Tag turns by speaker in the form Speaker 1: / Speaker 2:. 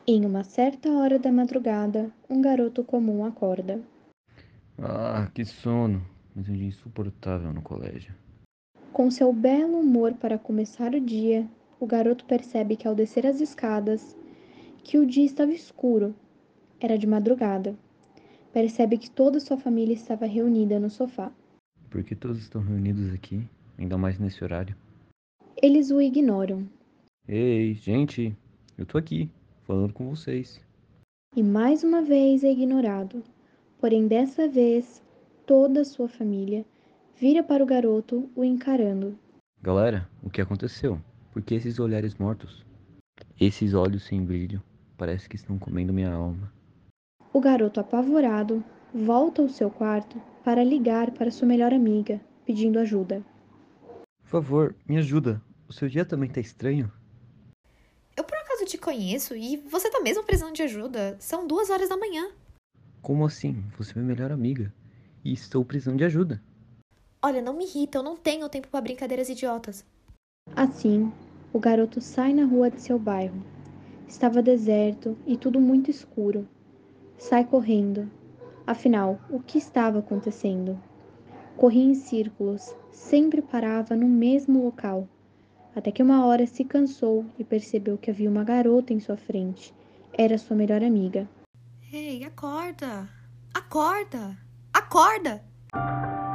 Speaker 1: Em uma certa hora da madrugada, um garoto comum acorda.
Speaker 2: Ah, que sono. Mas um dia insuportável no colégio.
Speaker 1: Com seu belo humor para começar o dia, o garoto percebe que ao descer as escadas, que o dia estava escuro, era de madrugada. Percebe que toda sua família estava reunida no sofá.
Speaker 2: Por que todos estão reunidos aqui? Ainda mais nesse horário.
Speaker 1: Eles o ignoram,
Speaker 2: Ei, gente, eu tô aqui, falando com vocês.
Speaker 1: e mais uma vez é ignorado. Porém, dessa vez, toda a sua família vira para o garoto, o encarando.
Speaker 2: Galera, o que aconteceu? Por que esses olhares mortos? Esses olhos sem brilho, parece que estão comendo minha alma.
Speaker 1: O garoto, apavorado, volta ao seu quarto para ligar para sua melhor amiga, pedindo ajuda.
Speaker 2: Por favor, me ajuda. O seu dia também tá estranho?
Speaker 3: Eu por acaso te conheço e você tá mesmo precisando de ajuda? São 2 horas da manhã.
Speaker 2: Como assim? Você é minha melhor amiga. E estou precisando de ajuda.
Speaker 3: Olha, não me irrita, eu não tenho tempo pra brincadeiras idiotas.
Speaker 1: Assim, o garoto sai na rua de seu bairro. Estava deserto e tudo muito escuro. Sai correndo. Afinal, o que estava acontecendo? Corria em círculos, sempre parava no mesmo local, até que uma hora se cansou e percebeu que havia uma garota em sua frente. Era sua melhor amiga.
Speaker 3: Ei, acorda! Acorda! Acorda!